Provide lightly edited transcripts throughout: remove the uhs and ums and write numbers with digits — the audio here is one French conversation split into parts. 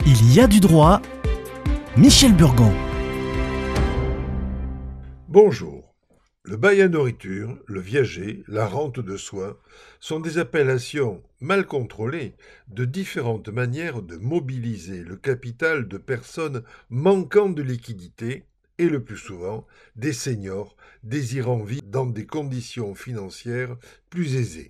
Il y a du droit. Michel Burgon. Bonjour. Le bail à nourriture, le viager, la rente de soins sont des appellations mal contrôlées de différentes manières de mobiliser le capital de personnes manquant de liquidité et le plus souvent des seniors désirant vivre dans des conditions financières plus aisées.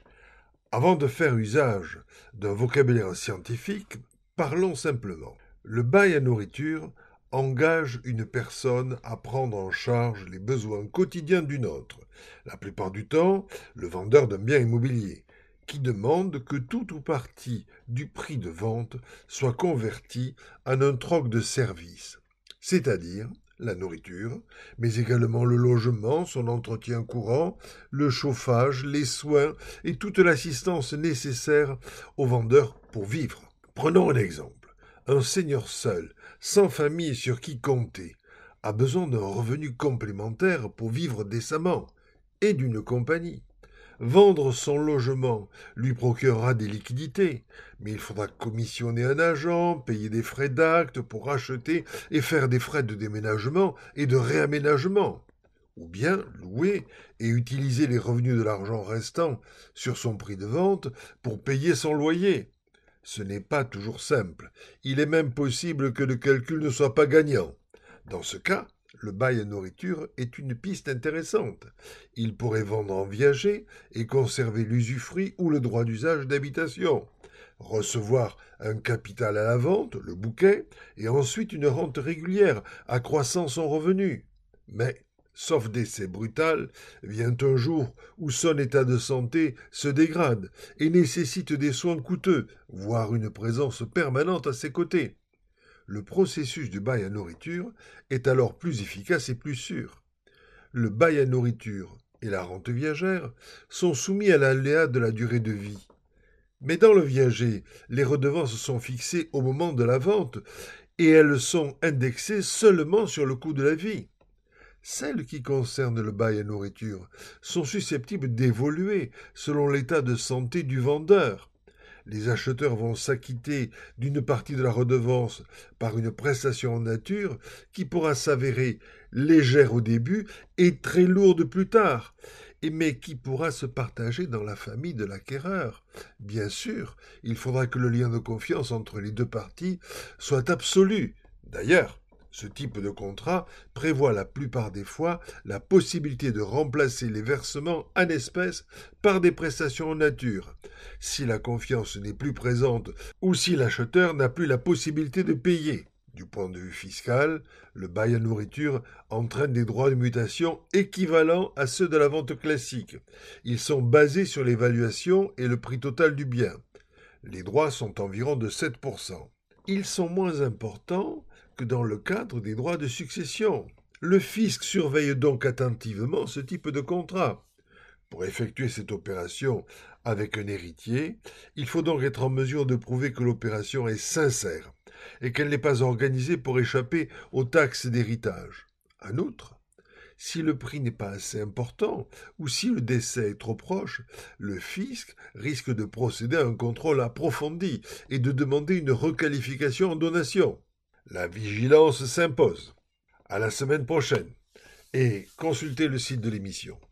Avant de faire usage d'un vocabulaire scientifique, parlons simplement. Le bail à nourriture engage une personne à prendre en charge les besoins quotidiens d'une autre, la plupart du temps le vendeur d'un bien immobilier, qui demande que tout ou partie du prix de vente soit converti en un troc de service, c'est-à-dire la nourriture, mais également le logement, son entretien courant, le chauffage, les soins et toute l'assistance nécessaire au vendeur pour vivre. Prenons un exemple. Un seigneur seul, sans famille sur qui compter, a besoin d'un revenu complémentaire pour vivre décemment et d'une compagnie. Vendre son logement lui procurera des liquidités, mais il faudra commissionner un agent, payer des frais d'acte pour acheter et faire des frais de déménagement et de réaménagement. Ou bien louer et utiliser les revenus de l'argent restant sur son prix de vente pour payer son loyer. Ce n'est pas toujours simple. Il est même possible que le calcul ne soit pas gagnant. Dans ce cas, le bail à nourriture est une piste intéressante. Il pourrait vendre en viager et conserver l'usufruit ou le droit d'usage d'habitation. Recevoir un capital à la vente, le bouquet, et ensuite une rente régulière, accroissant son revenu. Mais, sauf décès brutal, vient un jour où son état de santé se dégrade et nécessite des soins coûteux, voire une présence permanente à ses côtés. Le processus du bail à nourriture est alors plus efficace et plus sûr. Le bail à nourriture et la rente viagère sont soumis à l'aléa de la durée de vie. Mais dans le viager, les redevances sont fixées au moment de la vente et elles sont indexées seulement sur le coût de la vie. Celles qui concernent le bail à nourriture sont susceptibles d'évoluer selon l'état de santé du vendeur. Les acheteurs vont s'acquitter d'une partie de la redevance par une prestation en nature qui pourra s'avérer légère au début et très lourde plus tard, mais qui pourra se partager dans la famille de l'acquéreur. Bien sûr, il faudra que le lien de confiance entre les deux parties soit absolu. D'ailleurs, ce type de contrat prévoit la plupart des fois la possibilité de remplacer les versements en espèces par des prestations en nature, si la confiance n'est plus présente ou si l'acheteur n'a plus la possibilité de payer. Du point de vue fiscal, le bail à nourriture entraîne des droits de mutation équivalents à ceux de la vente classique. Ils sont basés sur l'évaluation et le prix total du bien. Les droits sont environ de 7%. Ils sont moins importants que dans le cadre des droits de succession. Le fisc surveille donc attentivement ce type de contrat. Pour effectuer cette opération avec un héritier, il faut donc être en mesure de prouver que l'opération est sincère et qu'elle n'est pas organisée pour échapper aux taxes d'héritage. En outre, si le prix n'est pas assez important ou si le décès est trop proche, le fisc risque de procéder à un contrôle approfondi et de demander une requalification en donation. La vigilance s'impose. À la semaine prochaine et consultez le site de l'émission.